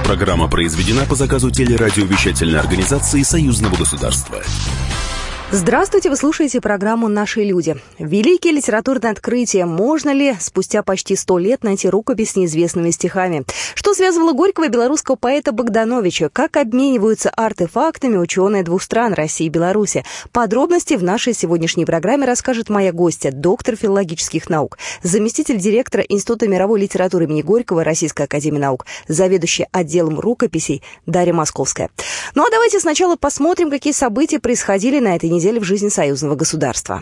Программа произведена по заказу телерадиовещательной организации Союзного государства. Здравствуйте, вы слушаете программу «Наши люди». Великие литературные открытия. Можно ли спустя почти 100 лет найти рукопись с неизвестными стихами? Что связывало Горького и белорусского поэта Богдановича? Как обмениваются артефактами ученые двух стран, России и Беларуси? Подробности в нашей сегодняшней программе расскажет моя гостья, доктор филологических наук, заместитель директора Института мировой литературы имени Горького Российской академии наук, заведующая отделом рукописей Дарья Московская. Ну а давайте сначала посмотрим, какие события происходили на этой неделе в жизни союзного государства.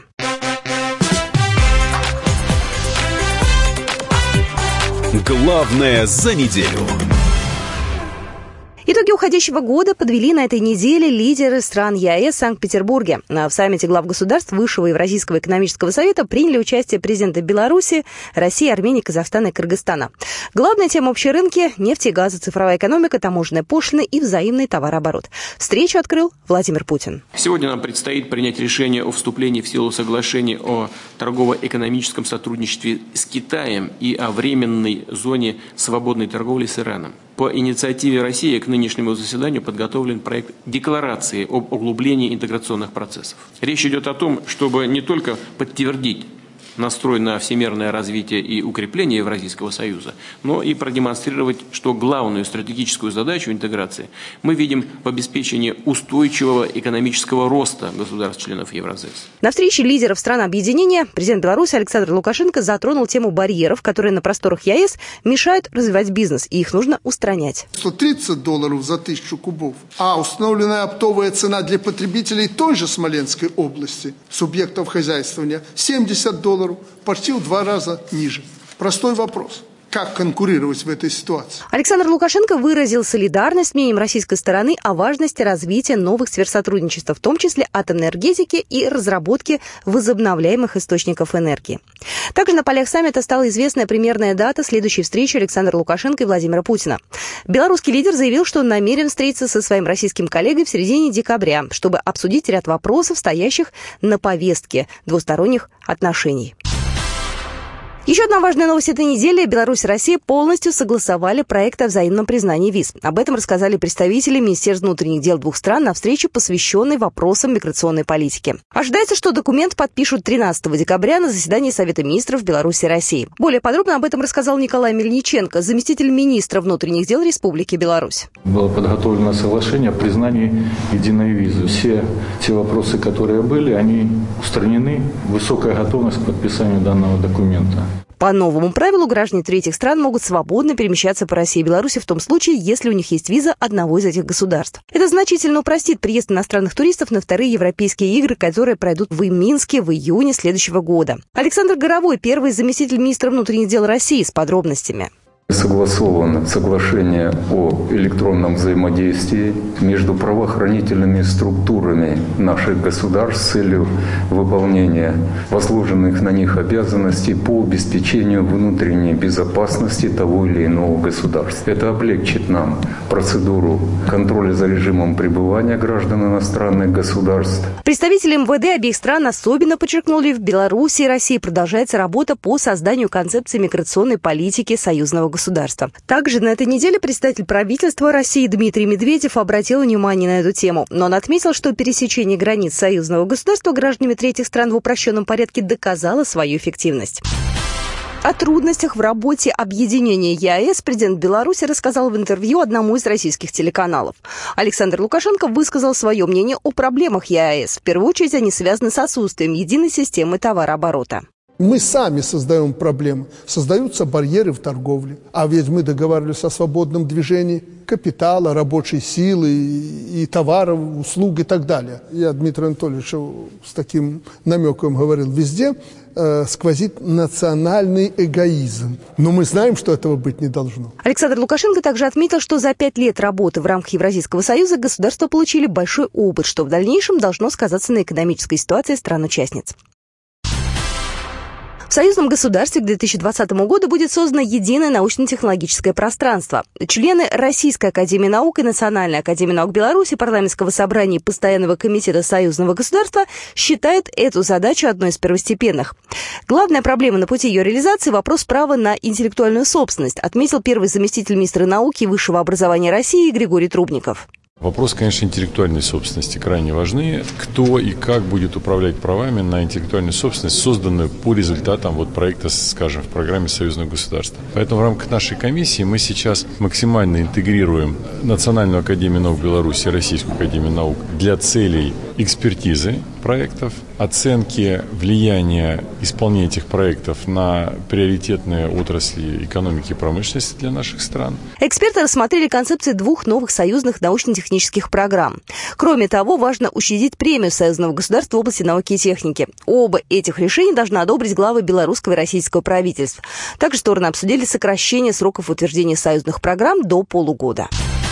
Главное за неделю. Итоги уходящего года подвели на этой неделе лидеры стран ЕАЭС в Санкт-Петербурге. В саммите глав государств Высшего Евразийского экономического совета приняли участие президенты Беларуси, России, Армении, Казахстана и Кыргызстана. Главная тема общей рынки – нефть и газы, цифровая экономика, таможенные пошлины и взаимный товарооборот. Встречу открыл Владимир Путин. Сегодня нам предстоит принять решение о вступлении в силу соглашения о торгово-экономическом сотрудничестве с Китаем и о временной зоне свободной торговли с Ираном. По инициативе России к нынешнему заседанию подготовлен проект декларации об углублении интеграционных процессов. Речь идет о том, чтобы не только подтвердить настрой на всемирное развитие и укрепление Евразийского союза, но и продемонстрировать, что главную стратегическую задачу интеграции мы видим в обеспечении устойчивого экономического роста государств-членов Евразес. На встрече лидеров стран объединения президент Беларуси Александр Лукашенко затронул тему барьеров, которые на просторах ЕАЭС мешают развивать бизнес, и их нужно устранять. $130 за 1000 кубов, а установленная оптовая цена для потребителей той же Смоленской области, субъектов хозяйствования, $70, почти в 2 раза ниже. Простой вопрос. Как конкурировать в этой ситуации? Александр Лукашенко выразил солидарность с мнением российской стороны о важности развития новых сфер сотрудничества, в том числе атомной энергетики и разработки возобновляемых источников энергии. Также на полях саммита стала известная примерная дата следующей встречи Александра Лукашенко и Владимира Путина. Белорусский лидер заявил, что он намерен встретиться со своим российским коллегой в середине декабря, чтобы обсудить ряд вопросов, стоящих на повестке двусторонних отношений. Еще одна важная новость этой недели. Беларусь и Россия полностью согласовали проект о взаимном признании виз. Об этом рассказали представители Министерства внутренних дел двух стран на встрече, посвященной вопросам миграционной политики. Ожидается, что документ подпишут 13 декабря на заседании Совета министров Беларуси и России. Более подробно об этом рассказал Николай Мельниченко, заместитель министра внутренних дел Республики Беларусь. Было подготовлено соглашение о признании единой визы. Все те вопросы, которые были, они устранены. Высокая готовность к подписанию данного документа. По новому правилу граждане третьих стран могут свободно перемещаться по России и Беларуси в том случае, если у них есть виза одного из этих государств. Это значительно упростит приезд иностранных туристов на вторые европейские игры, которые пройдут в Минске в июне следующего года. Александр Горовой, первый заместитель министра внутренних дел России, с подробностями. Согласовано соглашение о электронном взаимодействии между правоохранительными структурами наших государств с целью выполнения возложенных на них обязанностей по обеспечению внутренней безопасности того или иного государства. Это облегчит нам процедуру контроля за режимом пребывания граждан иностранных государств. Представители МВД обеих стран особенно подчеркнули, в Беларуси и России продолжается работа по созданию концепции миграционной политики союзного государства. Также на этой неделе председатель правительства России Дмитрий Медведев обратил внимание на эту тему. Но он отметил, что пересечение границ союзного государства гражданами третьих стран в упрощенном порядке доказало свою эффективность. О трудностях в работе объединения ЕАЭС президент Беларуси рассказал в интервью одному из российских телеканалов. Александр Лукашенко высказал свое мнение о проблемах ЕАЭС. В первую очередь они связаны с отсутствием единой системы товарооборота. Мы сами создаем проблемы, создаются барьеры в торговле. А ведь мы договаривались о свободном движении капитала, рабочей силы и товаров, услуг и так далее. Я Дмитрию Анатольевичу с таким намеком говорил, везде сквозит национальный эгоизм. Но мы знаем, что этого быть не должно. Александр Лукашенко также отметил, что за 5 лет работы в рамках Евразийского союза государства получили большой опыт, что в дальнейшем должно сказаться на экономической ситуации стран-участниц. В союзном государстве к 2020 году будет создано единое научно-технологическое пространство. Члены Российской академии наук и Национальной академии наук Беларуси, парламентского собрания и Постоянного комитета союзного государства считают эту задачу одной из первостепенных. Главная проблема на пути ее реализации – вопрос права на интеллектуальную собственность, отметил первый заместитель министра науки и высшего образования России Григорий Трубников. Вопрос, конечно, интеллектуальной собственности крайне важны. Кто и как будет управлять правами на интеллектуальную собственность, созданную по результатам проекта, скажем, в программе союзного государства. Поэтому в рамках нашей комиссии мы сейчас максимально интегрируем Национальную академию наук Беларуси и Российскую академию наук для целей экспертизы проектов, оценки влияния исполнения этих проектов на приоритетные отрасли экономики и промышленности для наших стран. Эксперты рассмотрели концепции двух новых союзных научно-технических программ. Кроме того, важно учредить премию союзного государства в области науки и техники. Оба этих решения должны одобрить главы белорусского и российского правительств. Также стороны обсудили сокращение сроков утверждения союзных программ до полугода.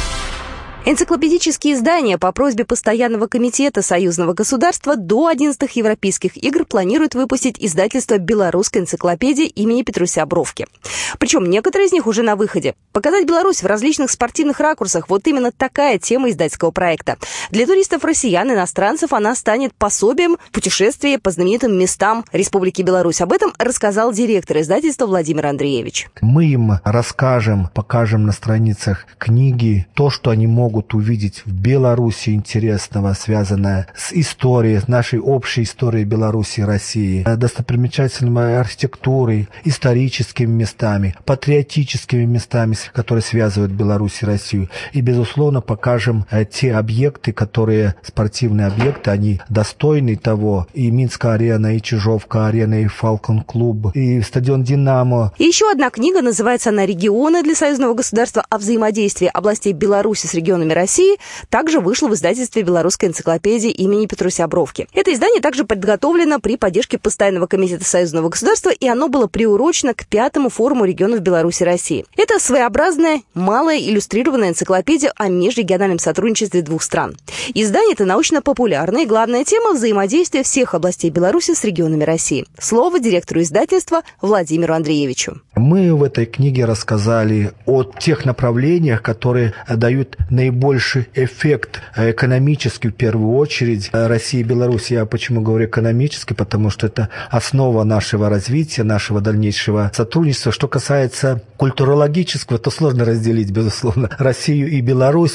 Энциклопедические издания по просьбе Постоянного комитета союзного государства до 11-х европейских игр планируют выпустить издательство «Белорусская энциклопедия» имени Петруся Бровки. Причем некоторые из них уже на выходе. Показать Беларусь в различных спортивных ракурсах – вот именно такая тема издательского проекта. Для туристов-россиян и иностранцев она станет пособием путешествия по знаменитым местам Республики Беларусь. Об этом рассказал директор издательства Владимир Андреевич. Мы им расскажем, покажем на страницах книги то, что они могут увидеть в Беларуси интересного, связанное с историей, с нашей общей историей Беларуси и России, достопримечательной архитектурой, историческими местами, патриотическими местами, которые связывают Беларусь и Россию. И, безусловно, покажем те объекты, которые, спортивные объекты, они достойны того. И Минская арена, и Чижовка арена, и Фалкон клуб, и стадион «Динамо». И еще одна книга, называется она «Регионы для союзного государства о взаимодействии областей Беларуси с регионами России», также вышла в издательстве «Белорусская энциклопедия» имени Петруся Бровки. Это издание также подготовлено при поддержке Постоянного комитета союзного государства, и оно было приурочено к 5-му форуму регионов Беларуси и России. Это своеобразная, малая иллюстрированная энциклопедия о межрегиональном сотрудничестве двух стран. Издание это научно-популярное, и главная тема – взаимодействия всех областей Беларуси с регионами России. Слово директору издательства Владимиру Андреевичу. Мы в этой книге рассказали о тех направлениях, которые дают наибольший эффект экономический, в первую очередь, России и Беларуси. Я почему говорю экономически? Потому что это основа нашего развития, нашего дальнейшего сотрудничества. Что касается культурологического, то сложно разделить, безусловно, Россию и Беларусь.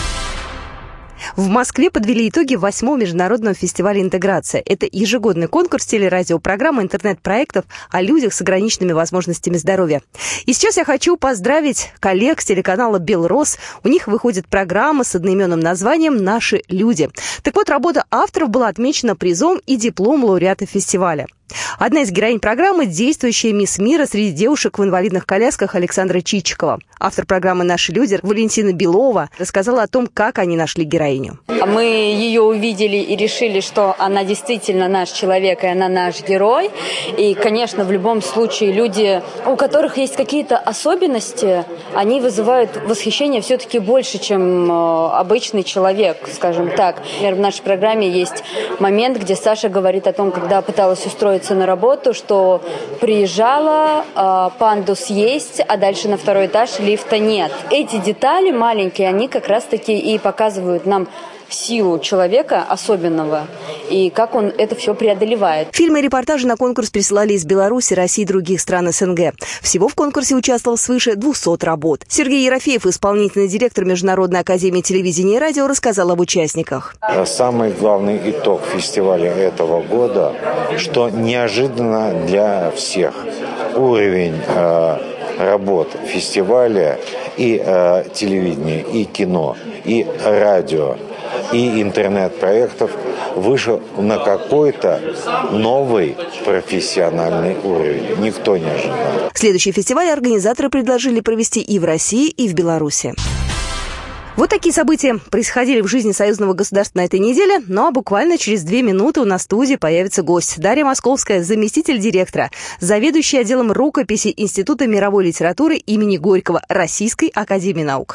В Москве подвели итоги 8-го международного фестиваля «Интеграция». Это ежегодный конкурс телерадиопрограммы интернет-проектов о людях с ограниченными возможностями здоровья. И сейчас я хочу поздравить коллег с телеканала «Белрос». У них выходит программа с одноименным названием «Наши люди». Так вот, работа авторов была отмечена призом и диплом лауреата фестиваля. Одна из героинь программы – действующая мисс мира среди девушек в инвалидных колясках Александра Чичикова. Автор программы «Наши люди» Валентина Белова рассказала о том, как они нашли героиню. Мы ее увидели и решили, что она действительно наш человек, и она наш герой. И, конечно, в любом случае люди, у которых есть какие-то особенности, они вызывают восхищение все-таки больше, чем обычный человек, скажем так. Например, в нашей программе есть момент, где Саша говорит о том, когда пыталась устроиться на работу, что приезжала, пандус есть, а дальше на второй этаж лифта нет. Эти детали маленькие, они как раз-таки и показывают нам силу человека особенного и как он это все преодолевает. Фильмы и репортажи на конкурс присылали из Беларуси, России и других стран СНГ. Всего в конкурсе участвовало свыше 200 работ. Сергей Ерофеев, исполнительный директор Международной академии телевидения и радио, рассказал об участниках. Самый главный итог фестиваля этого года, что неожиданно для всех уровень работ фестиваля и телевидения, и кино, и радио, и интернет-проектов вышел на какой-то новый профессиональный уровень. Никто не ожидал. Следующий фестиваль организаторы предложили провести и в России, и в Беларуси. Вот такие события происходили в жизни союзного государства на этой неделе. Ну а буквально через 2 минуты у нас в студии появится гость. Дарья Московская, заместитель директора, заведующая отделом рукописи Института мировой литературы имени Горького Российской академии наук.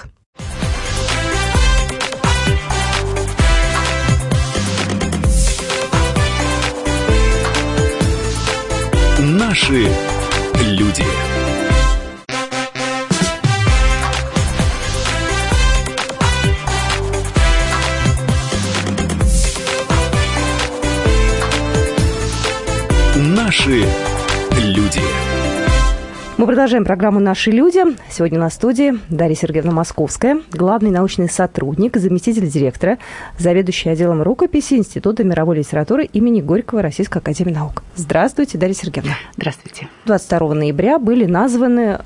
Наши люди. Наши люди. Мы продолжаем программу «Наши люди». Сегодня на студии Дарья Сергеевна Московская, главный научный сотрудник, заместитель директора, заведующий отделом рукописи Института мировой литературы имени Горького Российской академии наук. Здравствуйте, Дарья Сергеевна. Здравствуйте. 22 ноября были названы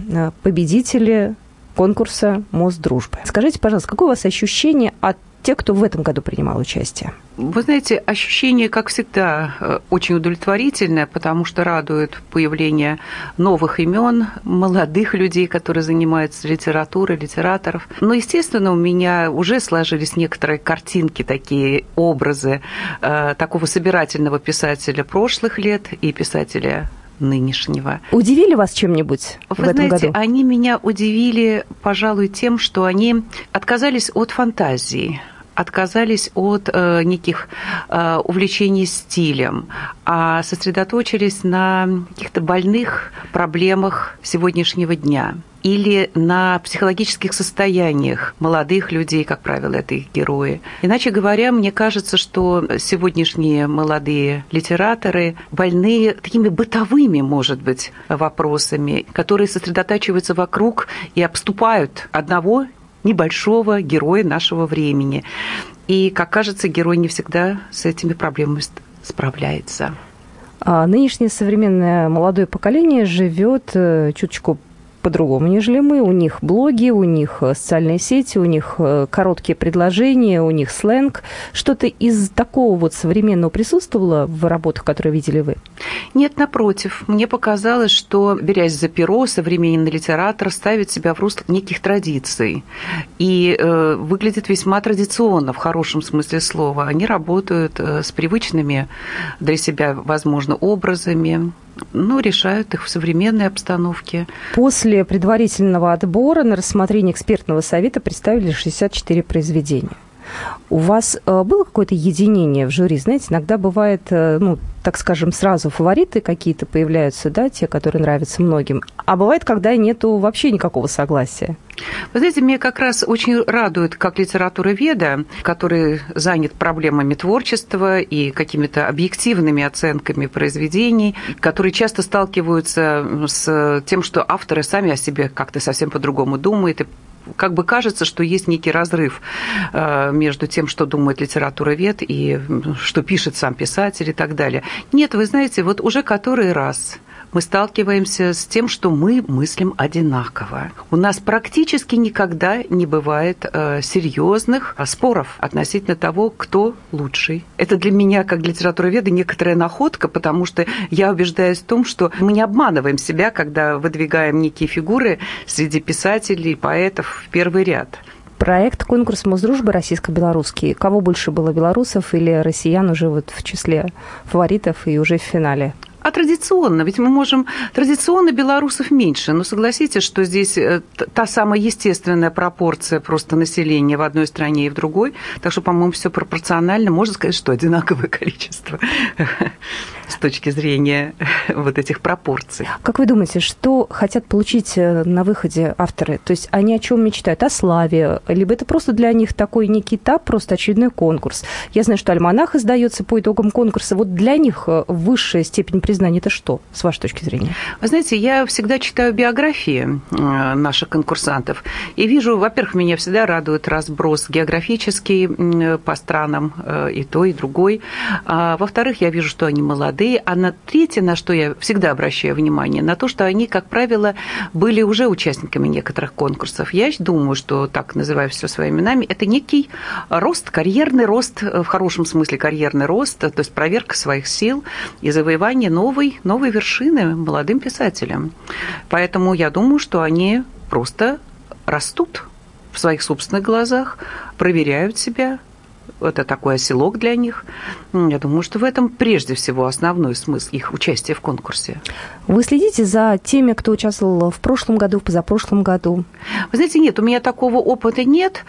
победители конкурса «Мост дружбы». Скажите, пожалуйста, какое у вас ощущение от тех, кто в этом году принимал участие? Вы знаете, ощущение, как всегда, очень удовлетворительное, потому что радует появление новых имен, молодых людей, которые занимаются литературой, литераторов. Но, естественно, у меня уже сложились некоторые картинки, такие образы такого собирательного писателя прошлых лет и писателя нынешнего. Удивили вас чем-нибудь в этом году? Вы знаете, они меня удивили, пожалуй, тем, что они отказались от фантазии, отказались от неких увлечений стилем, а сосредоточились на каких-то больных проблемах сегодняшнего дня или на психологических состояниях молодых людей, как правило, это их герои. Иначе говоря, мне кажется, что сегодняшние молодые литераторы больны такими бытовыми, может быть, вопросами, которые сосредотачиваются вокруг и обступают одного небольшого героя нашего времени. И, как кажется, герой не всегда с этими проблемами справляется. А нынешнее современное молодое поколение живет чуточку по-другому, нежели мы. У них блоги, у них социальные сети, у них короткие предложения, у них сленг. Что-то из такого вот современного присутствовало в работах, которые видели вы? Нет, напротив. Мне показалось, что, берясь за перо, современный литератор ставит себя в русло неких традиций и выглядит весьма традиционно, в хорошем смысле слова. Они работают с привычными для себя, возможно, образами, но решают их в современной обстановке. После предварительного отбора на рассмотрение экспертного совета представили 64 произведения. У вас было какое-то единение в жюри? Знаете, иногда бывает, так скажем, сразу фавориты какие-то появляются, да, те, которые нравятся многим. А бывает, когда нету вообще никакого согласия. Вы знаете, меня как раз очень радует, как литературоведа, который занят проблемами творчества и какими-то объективными оценками произведений, которые часто сталкиваются с тем, что авторы сами о себе как-то совсем по-другому думают, и как бы кажется, что есть некий разрыв между тем, что думает литературовед и что пишет сам писатель и так далее. Нет, вы знаете, вот уже который раз мы сталкиваемся с тем, что мы мыслим одинаково. У нас практически никогда не бывает серьезных споров относительно того, кто лучший. Это для меня, как литературоведа, некоторая находка, потому что я убеждаюсь в том, что мы не обманываем себя, когда выдвигаем некие фигуры среди писателей, поэтов в первый ряд. Проект «Конкурс «Мост дружбы» российско-белорусский. Кого больше было, белорусов или россиян уже вот в числе фаворитов и уже в финале? А традиционно, ведь мы можем... Традиционно белорусов меньше, но согласитесь, что здесь та самая естественная пропорция просто населения в одной стране и в другой, так что, по-моему, все пропорционально. Можно сказать, что одинаковое количество с точки зрения вот этих пропорций. Как вы думаете, что хотят получить на выходе авторы? То есть они о чем мечтают? О славе? Либо это просто для них такой некий этап, просто очередной конкурс? Я знаю, что альманах издается по итогам конкурса. Вот для них высшая степень признания – это что, с вашей точки зрения? Вы знаете, я всегда читаю биографии наших конкурсантов и вижу, во-первых, меня всегда радует разброс географический по странам и той, и другой. Во-вторых, я вижу, что они молодые. А на третье, на что я всегда обращаю внимание, на то, что они, как правило, были уже участниками некоторых конкурсов. Я думаю, что, так называю все своими именами, это некий рост, карьерный рост, в хорошем смысле карьерный рост, то есть проверка своих сил и завоевание новой вершины молодым писателям. Поэтому я думаю, что они просто растут в своих собственных глазах, проверяют себя. Это такой оселок для них. Я думаю, что в этом прежде всего основной смысл их участия в конкурсе. Вы следите за теми, кто участвовал в прошлом году, в позапрошлом году? Вы знаете, нет, у меня такого опыта нет.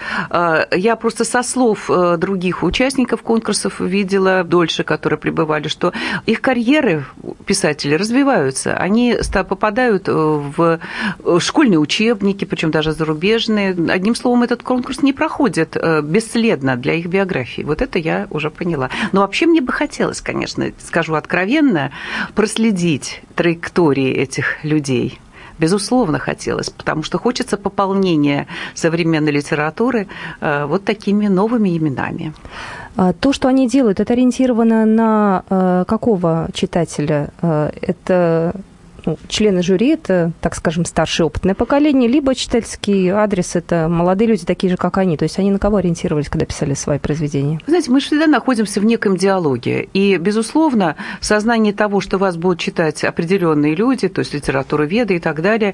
Я просто со слов других участников конкурсов видела дольше, которые пребывали, что их карьеры писателей развиваются. Они попадают в школьные учебники, причем даже зарубежные. Одним словом, этот конкурс не проходит бесследно для их биографии. Вот это я уже поняла. Но вообще мне бы хотелось, конечно, скажу откровенно, проследить траектории этих людей. Безусловно, хотелось, потому что хочется пополнения современной литературы вот такими новыми именами. То, что они делают, это ориентировано на какого читателя? Это члены жюри, это, так скажем, старшее опытное поколение, либо читательский адрес, это молодые люди, такие же, как они. То есть они на кого ориентировались, когда писали свои произведения? Вы знаете, мы всегда находимся в неком диалоге. И, безусловно, сознание того, что вас будут читать определенные люди, то есть литературоведы и так далее,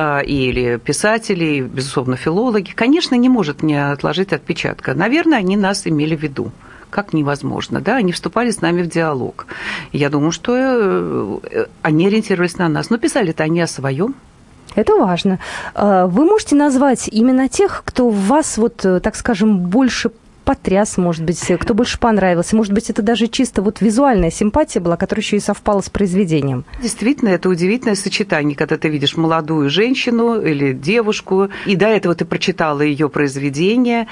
или писатели, и, безусловно, филологи, конечно, не может не отложить отпечатка. Наверное, они нас имели в виду. Как невозможно, да, они вступали с нами в диалог. Я думаю, что они ориентировались на нас. Но писали-то они о своем. Это важно. Вы можете назвать именно тех, кто в вас, вот, так скажем, больше потряс, может быть, кто больше понравился. Может быть, это даже чисто вот визуальная симпатия была, которая еще и совпала с произведением. Действительно, это удивительное сочетание, когда ты видишь молодую женщину или девушку, и до этого ты прочитала ее произведение,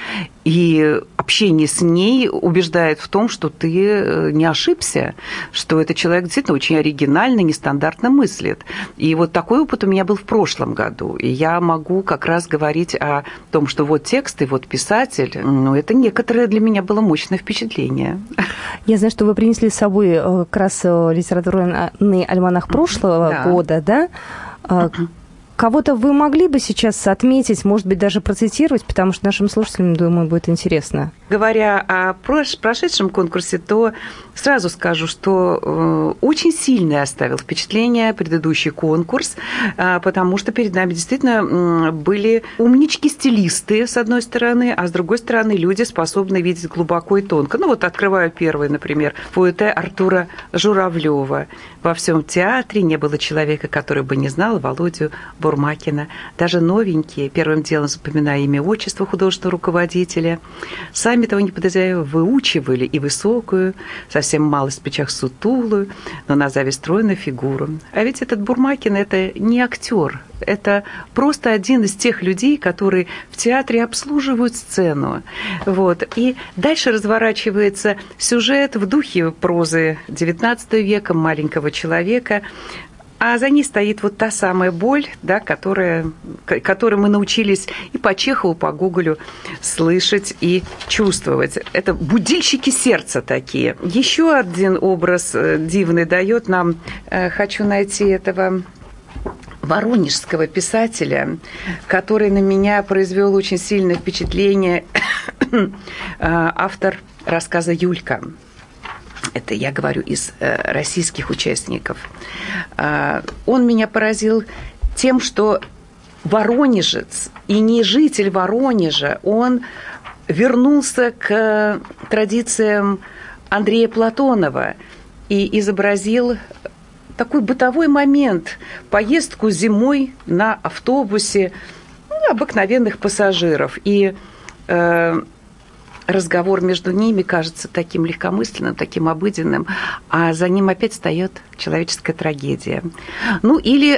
и общение с ней убеждает в том, что ты не ошибся, что этот человек действительно очень оригинально, нестандартно мыслит. И вот такой опыт у меня был в прошлом году. И я могу как раз говорить о том, что вот текст и вот писатель, ну, это некоторое для меня было мощное впечатление. Я знаю, что вы принесли с собой как раз литературный альманах прошлого года, да? Кого-то вы могли бы сейчас отметить, может быть, даже процитировать, потому что нашим слушателям, думаю, будет интересно. Говоря о прошедшем конкурсе, то сразу скажу, что очень сильное оставил впечатление предыдущий конкурс, потому что перед нами действительно были умнички-стилисты, с одной стороны, а с другой стороны люди, способные видеть глубоко и тонко. Ну вот открываю первый, например, поэта Артура Журавлева. Во всем театре не было человека, который бы не знал Володю Бурмакина. Даже новенькие, первым делом запоминая имя, отчество художественного руководителя, сами того не подозревая, выучивали и высокую, совсем малость в плечах сутулую, но на зависть стройную фигуру. А ведь этот Бурмакин – это не актер, это просто один из тех людей, которые в театре обслуживают сцену. Вот. И дальше разворачивается сюжет в духе прозы XIX века, маленького человека, а за ней стоит вот та самая боль, да, которую мы научились и по Чехову, по Гоголю слышать и чувствовать. Это будильщики сердца такие. Еще один образ дивный дает нам, хочу найти этого воронежского писателя, который на меня произвел очень сильное впечатление, автор рассказа «Юлька». Это я говорю из российских участников. Он меня поразил тем, что воронежец и не житель Воронежа, он вернулся к традициям Андрея Платонова и изобразил такой бытовой момент, поездку зимой на автобусе обыкновенных пассажиров. И разговор между ними кажется таким легкомысленным, таким обыденным, а за ним опять встает человеческая трагедия. Ну, или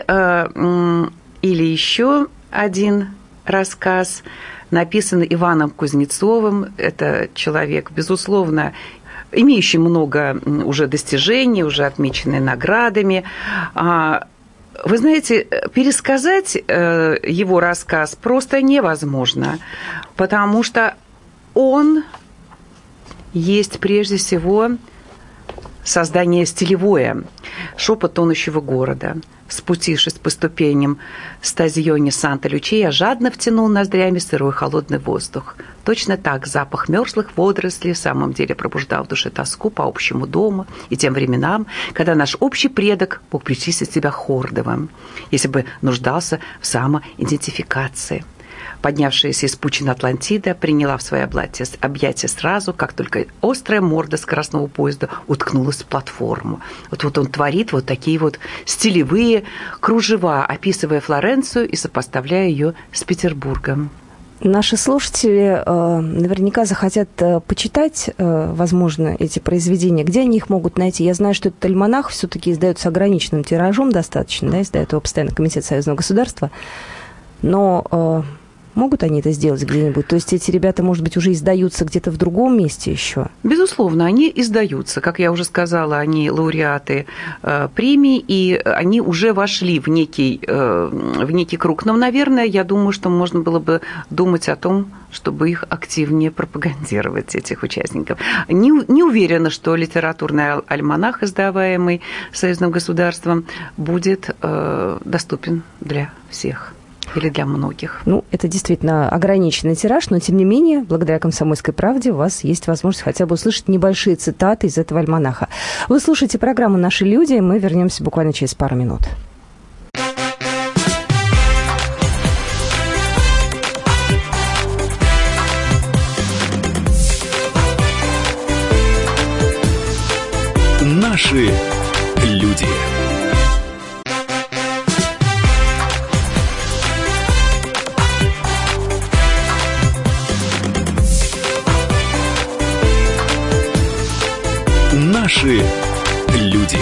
еще один рассказ, написанный Иваном Кузнецовым. Это человек, безусловно, имеющий много уже достижений, уже отмеченный наградами. Вы знаете, пересказать его рассказ просто невозможно, потому что он есть прежде всего создание стилевое, шепот тонущего города. Спустившись по ступеням стадионе Санта-Лючия, я жадно втянул ноздрями сырой холодный воздух. Точно так запах мерзлых водорослей в самом деле пробуждал в душе тоску по общему дому и тем временам, когда наш общий предок мог причислить себя Хордовым, если бы нуждался в самоидентификации. поднявшаяся из пучины Атлантида, приняла в свои объятия сразу, как только острая морда скоростного поезда уткнулась в платформу. Вот он творит вот такие вот стилевые кружева, описывая Флоренцию и сопоставляя ее с Петербургом. Наши слушатели наверняка захотят почитать, возможно, эти произведения. Где они их могут найти? Я знаю, что этот альманах все-таки издается ограниченным тиражом достаточно, да, издает его постоянно Комитет Союзного государства. Но могут они это сделать где-нибудь? То есть эти ребята, может быть, уже издаются где-то в другом месте еще? Безусловно, они издаются. Как я уже сказала, они лауреаты премий, и они уже вошли в некий круг. Но, наверное, я думаю, что можно было бы думать о том, чтобы их активнее пропагандировать, этих участников. Не уверена, что литературный альманах, издаваемый союзным государством, будет доступен для всех. Или для многих. Ну, это действительно ограниченный тираж, но, тем не менее, благодаря «Комсомольской правде» у вас есть возможность хотя бы услышать небольшие цитаты из этого альманаха. Вы слушаете программу «Наши люди», мы вернемся буквально через пару минут. Наши люди. Наши люди.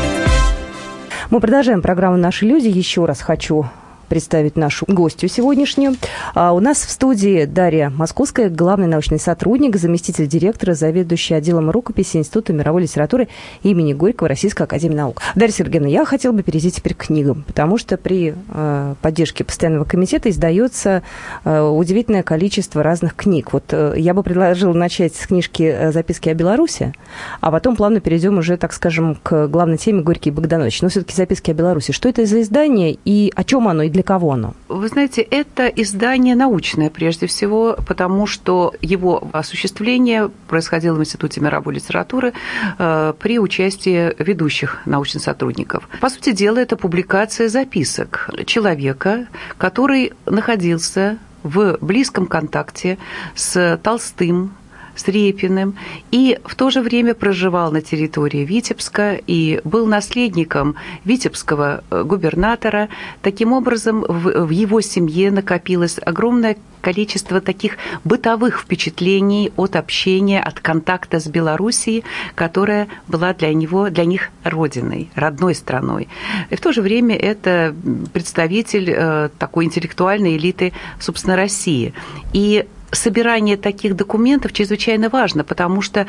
Мы продолжаем программу «Наши люди». Еще раз хочу представить нашу гостью сегодняшнюю. У нас в студии Дарья Московская, главный научный сотрудник, заместитель директора, заведующая отделом рукописи Института мировой литературы имени Горького Российской академии наук. Дарья Сергеевна, я хотела бы перейти теперь к книгам, потому что при поддержке постоянного комитета издается удивительное количество разных книг. Вот я бы предложила начать с книжки «Записки о Беларуси», а потом плавно перейдем уже, так скажем, к главной теме Горький и Богданович. Но все-таки «Записки о Беларуси». Что это за издание и о чем оно, и для кого оно? Вы знаете, это издание научное прежде всего, потому что его осуществление происходило в Институте мировой литературы при участии ведущих научных сотрудников. По сути дела, это публикация записок человека, который находился в близком контакте с Толстым, с Репиным, и в то же время проживал на территории Витебска и был наследником витебского губернатора. Таким образом, в его семье накопилось огромное количество таких бытовых впечатлений от общения, от контакта с Белоруссией, которая была для них родиной, родной страной. И в то же время это представитель такой интеллектуальной элиты, собственно, России. И собирание таких документов чрезвычайно важно, потому что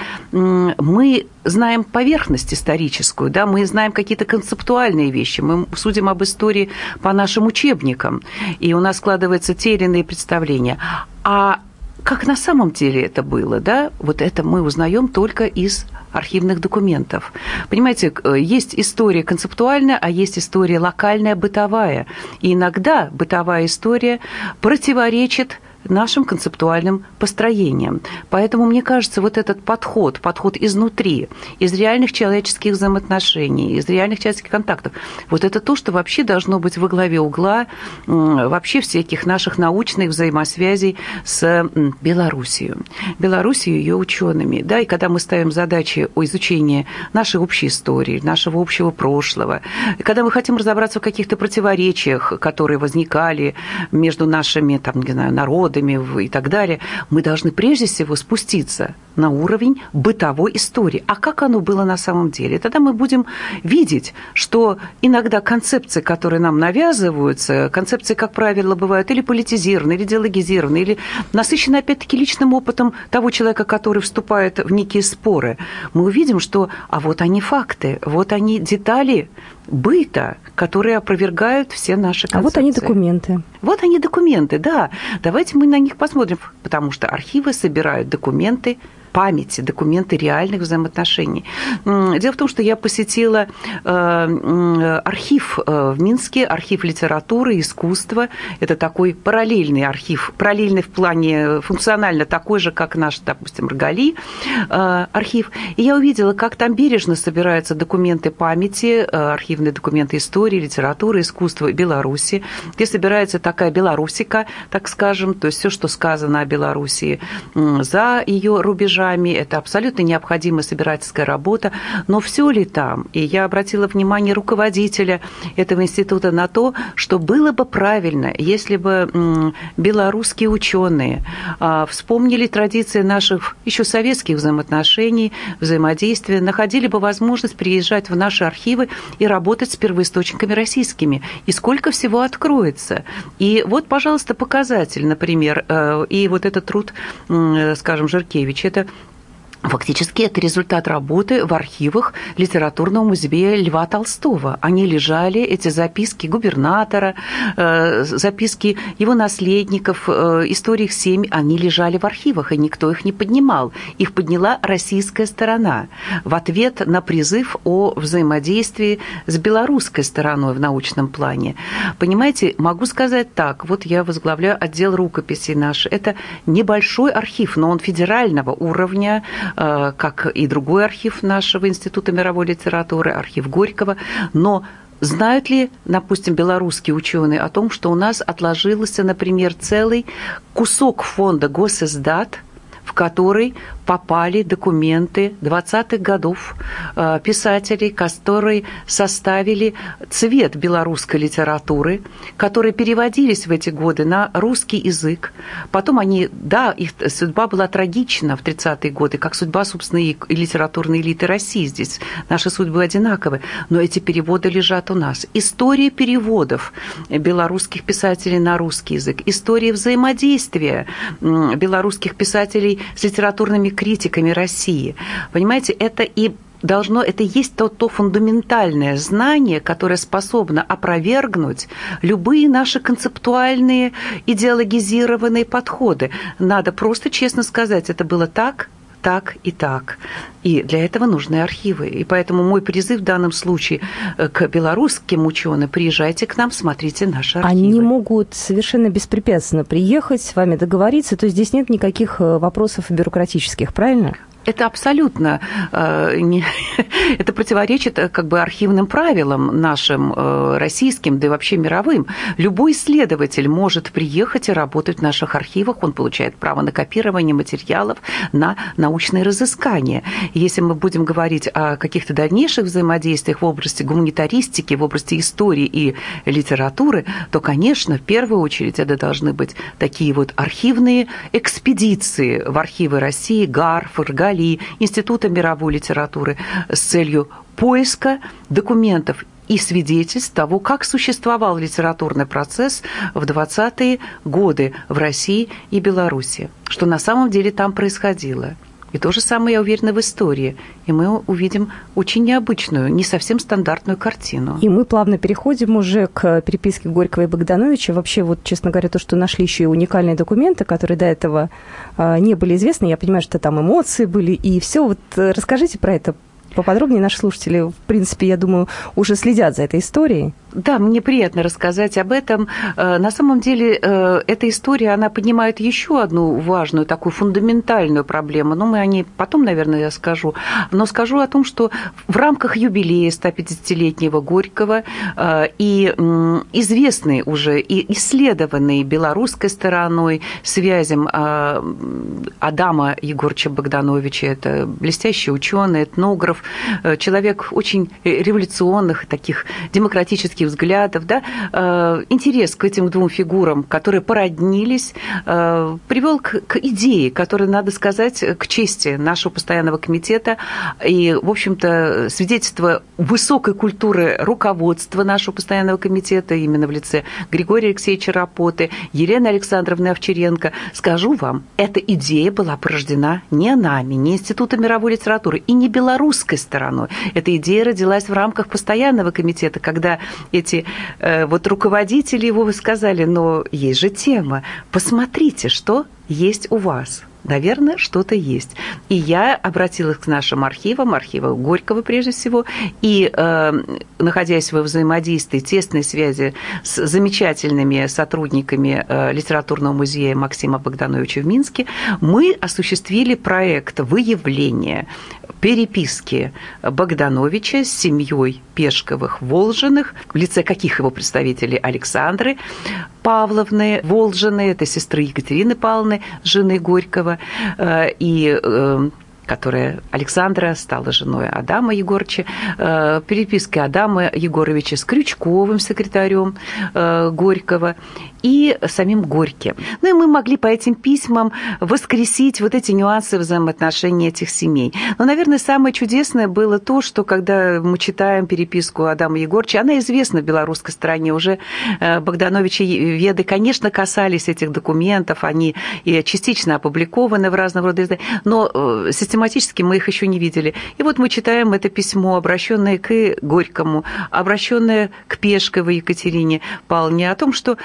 мы знаем поверхность историческую, да, мы знаем какие-то концептуальные вещи, мы судим об истории по нашим учебникам, и у нас складываются те или иные представления. А как на самом деле это было, да, вот это мы узнаем только из архивных документов. Понимаете, есть история концептуальная, а есть история локальная, бытовая. И иногда бытовая история противоречит нашим концептуальным построением. Поэтому, мне кажется, вот этот подход изнутри, из реальных человеческих взаимоотношений, из реальных человеческих контактов, вот это то, что вообще должно быть во главе угла вообще всяких наших научных взаимосвязей с Белоруссией. Белоруссией и ее учеными. Да, и когда мы ставим задачи о изучении нашей общей истории, нашего общего прошлого, когда мы хотим разобраться в каких-то противоречиях, которые возникали между нашими, там, не знаю, народами, и так далее, мы должны прежде всего спуститься на уровень бытовой истории. А как оно было на самом деле? Тогда мы будем видеть, что иногда концепции, которые нам навязываются, концепции, как правило, бывают или политизированы, или идеологизированы, или насыщены, опять-таки, личным опытом того человека, который вступает в некие споры. Мы увидим, что вот они факты, вот они детали быта, которые опровергают все наши концепции. А вот они документы. Вот они документы, да. Давайте мы на них посмотрим, потому что архивы собирают документы памяти, документы реальных взаимоотношений. Дело в том, что я посетила архив в Минске, архив литературы, искусства. Это такой параллельный архив, параллельный в плане функционально такой же, как наш, допустим, РГАЛИ архив. И я увидела, как там бережно собираются документы памяти, архивные документы истории, литературы, искусства Беларуси, где собирается такая белорусика, так скажем, то есть все, что сказано о Белоруссии за ее рубежами, это абсолютно необходимая собирательская работа, но все ли там? И я обратила внимание руководителя этого института на то, что было бы правильно, если бы белорусские ученые вспомнили традиции наших еще советских взаимоотношений, взаимодействия, находили бы возможность приезжать в наши архивы и работать с первоисточниками российскими. И сколько всего откроется. И вот, пожалуйста, показатель, например, и вот этот труд, скажем, Жиркевича, это фактически это результат работы в архивах литературного музея Льва Толстого. Они лежали, эти записки губернатора, записки его наследников, истории их семьи, они лежали в архивах, и никто их не поднимал. Их подняла российская сторона в ответ на призыв о взаимодействии с белорусской стороной в научном плане. Понимаете, могу сказать так, вот я возглавляю отдел рукописей наш. Это небольшой архив, но он федерального уровня, как и другой архив нашего Института мировой литературы, архив Горького. Но знают ли, допустим, белорусские ученые о том, что у нас отложился, например, целый кусок фонда Госиздат, в который попали документы 20-х годов писателей, которые составили цвет белорусской литературы, которые переводились в эти годы на русский язык. Потом они, да, их судьба была трагична в 30-е годы, как судьба, собственно, и литературной элиты России. Здесь наши судьбы одинаковы, но эти переводы лежат у нас. История переводов белорусских писателей на русский язык, история взаимодействия белорусских писателей с литературными критиками России. Понимаете, это и должно, это и есть то фундаментальное знание, которое способно опровергнуть любые наши концептуальные, идеологизированные подходы. Надо просто честно сказать, это было так и так. И для этого нужны архивы. И поэтому мой призыв в данном случае к белорусским ученым: приезжайте к нам, смотрите наши архивы. Они могут совершенно беспрепятственно приехать, с вами договориться, то есть здесь нет никаких вопросов бюрократических, правильно? Это абсолютно это противоречит как бы архивным правилам нашим российским, да и вообще мировым. Любой исследователь может приехать и работать в наших архивах, он получает право на копирование материалов, на научные разыскания. Если мы будем говорить о каких-то дальнейших взаимодействиях в области гуманитаристики, в области истории и литературы, то, конечно, в первую очередь это должны быть такие вот архивные экспедиции в архивы России, ГАРФ, РГАЛИ, Института мировой литературы с целью поиска документов и свидетельств того, как существовал литературный процесс в 20-е годы в России и Беларуси, что на самом деле там происходило. И то же самое, я уверена, в истории. И мы увидим очень необычную, не совсем стандартную картину. И мы плавно переходим уже к переписке Горького и Богдановича. Вообще, вот, честно говоря, то, что нашли еще и уникальные документы, которые до этого не были известны. Я понимаю, что там эмоции были и все. Вот расскажите про это поподробнее. Наши слушатели, в принципе, я думаю, уже следят за этой историей. Да, мне приятно рассказать об этом. На самом деле, эта история, она поднимает еще одну важную, такую фундаментальную проблему. Но мы о ней потом, наверное, я скажу. Но скажу о том, что в рамках юбилея 150-летнего Горького и известные уже, и исследованные белорусской стороной связям Адама Егоровича Богдановича, это блестящий ученый, этнограф, человек очень революционных, таких демократических взглядов, да, интерес к этим двум фигурам, которые породнились, привел к идее, которая, надо сказать, к чести нашего постоянного комитета и, в общем-то, свидетельство высокой культуры руководства нашего постоянного комитета именно в лице Григория Алексеевича Рапоты, Елены Александровны Овчаренко. Скажу вам, эта идея была порождена не нами, не Институтом мировой литературы и не белорусской стороной. Эта идея родилась в рамках постоянного комитета, когда эти вот руководители его сказали: но есть же тема, посмотрите, что есть у вас. наверное, что-то есть. И я обратилась к нашим архивам, архиву Горького прежде всего, и, находясь во взаимодействии, тесной связи с замечательными сотрудниками литературного музея Максима Богдановича в Минске, мы осуществили проект выявления переписки Богдановича с семьей Пешковых-Волжиных, в лице каких его представителей? Александры Павловны Волжиной, это сестры Екатерины Павловны, жены Горького, и которая Александра стала женой Адама Егоровича, переписки Адама Егоровича с Крючковым, секретарем Горького, и самим Горьким. Ну и мы могли по этим письмам воскресить вот эти нюансы взаимоотношений этих семей. Но, наверное, самое чудесное было то, что когда мы читаем переписку Адама Егоровича, она известна в белорусской стороне, уже Богдановичи Веды, конечно, касались этих документов, они и частично опубликованы в разного рода изданиях, но систематически мы их еще не видели. И вот мы читаем это письмо, обращенное к Горькому, обращенное к Пешковой Екатерине Павловне, о том, что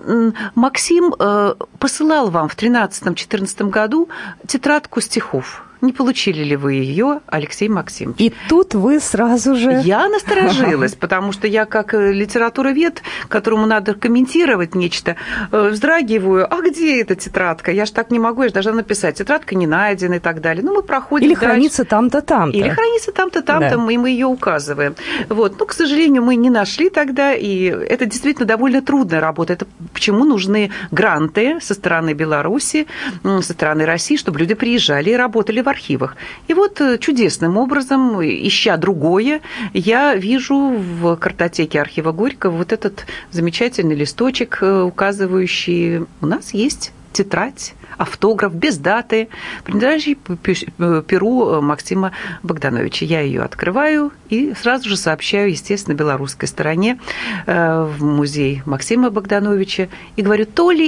Максим посылал вам в 13-14 году тетрадку стихов. Не получили ли вы ее, Алексей Максимович? И тут вы сразу же... Я насторожилась, потому что я как литературовед, которому надо комментировать нечто, вздрагиваю. А где эта тетрадка? Я же так не могу, я же должна написать. Тетрадка не найдена и так далее. Ну, мы проходим Или дальше. Хранится там-то, там-то. Или хранится там-то, там-то, да. И мы ее указываем. Вот. Но, к сожалению, мы не нашли тогда, и это действительно довольно трудная работа. Это почему нужны гранты со стороны Беларуси, со стороны России, чтобы люди приезжали и работали в архивах. И вот чудесным образом, ища другое, я вижу в картотеке архива Горького вот этот замечательный листочек, указывающий, у нас есть тетрадь, автограф без даты, принадлежащий перу Максима Богдановича. Я ее открываю и сразу же сообщаю, естественно, белорусской стороне в музей Максима Богдановича и говорю,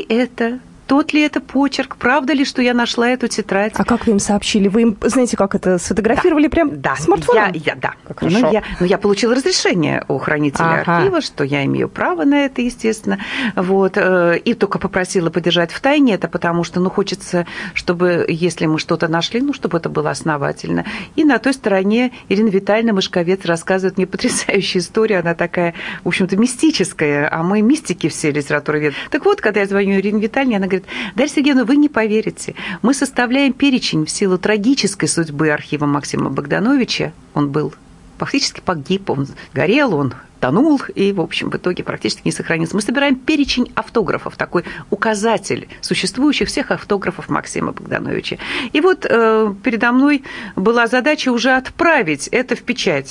тот ли это почерк, правда ли, что я нашла эту тетрадь? А как вы им сообщили? Вы им, знаете, как это, сфотографировали прям смартфоном? Да. Хорошо. Я получила разрешение у хранителя архива, что я имею право на это, естественно. Вот. И только попросила подержать в тайне это, потому что, хочется, чтобы, если мы что-то нашли, чтобы это было основательно. И на той стороне Ирина Витальевна Мышковец рассказывает мне потрясающую историю. Она такая, в общем-то, мистическая, а мы мистики все литературоведы. Так вот, когда я звоню Ирине Витальевне, она говорит, Дарья Сергеевна, вы не поверите, мы составляем перечень в силу трагической судьбы архива Максима Богдановича. Он был фактически погиб, он горел, он тонул и, в общем, в итоге практически не сохранился. Мы собираем перечень автографов, такой указатель существующих всех автографов Максима Богдановича. И вот передо мной была задача уже отправить это в печать,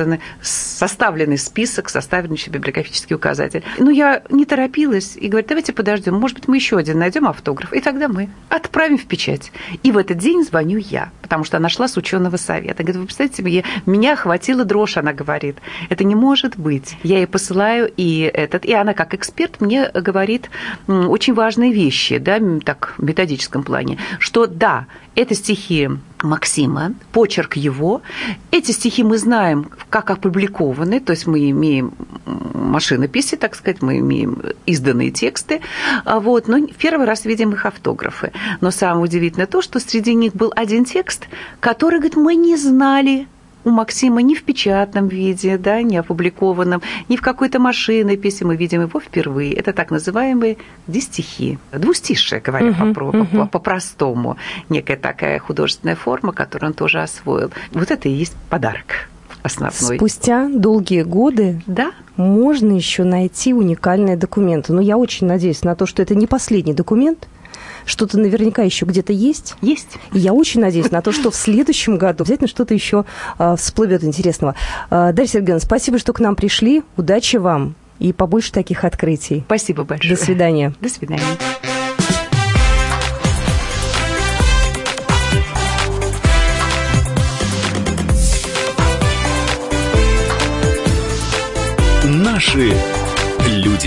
составленный список, составленный библиографический указатель. Но я не торопилась и говорю, давайте подождем, может быть, мы еще один найдем автограф, и тогда мы отправим в печать. И в этот день звоню я, потому что она шла с ученого совета. Говорит, вы представляете себе, меня охватила дрожь, она говорит, это не может быть. Я ей посылаю, и она как эксперт мне говорит очень важные вещи, да, так, в методическом плане, что да, это стихи Максима, почерк его. Эти стихи мы знаем, как опубликованы, то есть мы имеем машинописи, так сказать, мы имеем изданные тексты, но в первый раз видим их автографы. Но самое удивительное то, что среди них был один текст, который, говорит, мы не знали у Максима ни в печатном виде, да, не опубликованном, ни в какой-то машинописи. Мы видим его впервые. Это так называемые дистихи. Двустишие, говоря по-простому. Некая такая художественная форма, которую он тоже освоил. Вот это и есть подарок основной. Спустя долгие годы можно еще найти уникальные документы. Но я очень надеюсь на то, что это не последний документ. Что-то наверняка еще где-то есть. Есть. И я очень надеюсь на то, что в следующем году обязательно что-то еще всплывет интересного. Дарья Сергеевна, спасибо, что к нам пришли. Удачи вам и побольше таких открытий. Спасибо большое. До свидания. До свидания. Наши люди.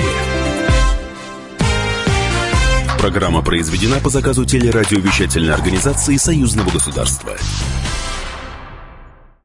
Программа произведена по заказу телерадиовещательной организации Союзного государства.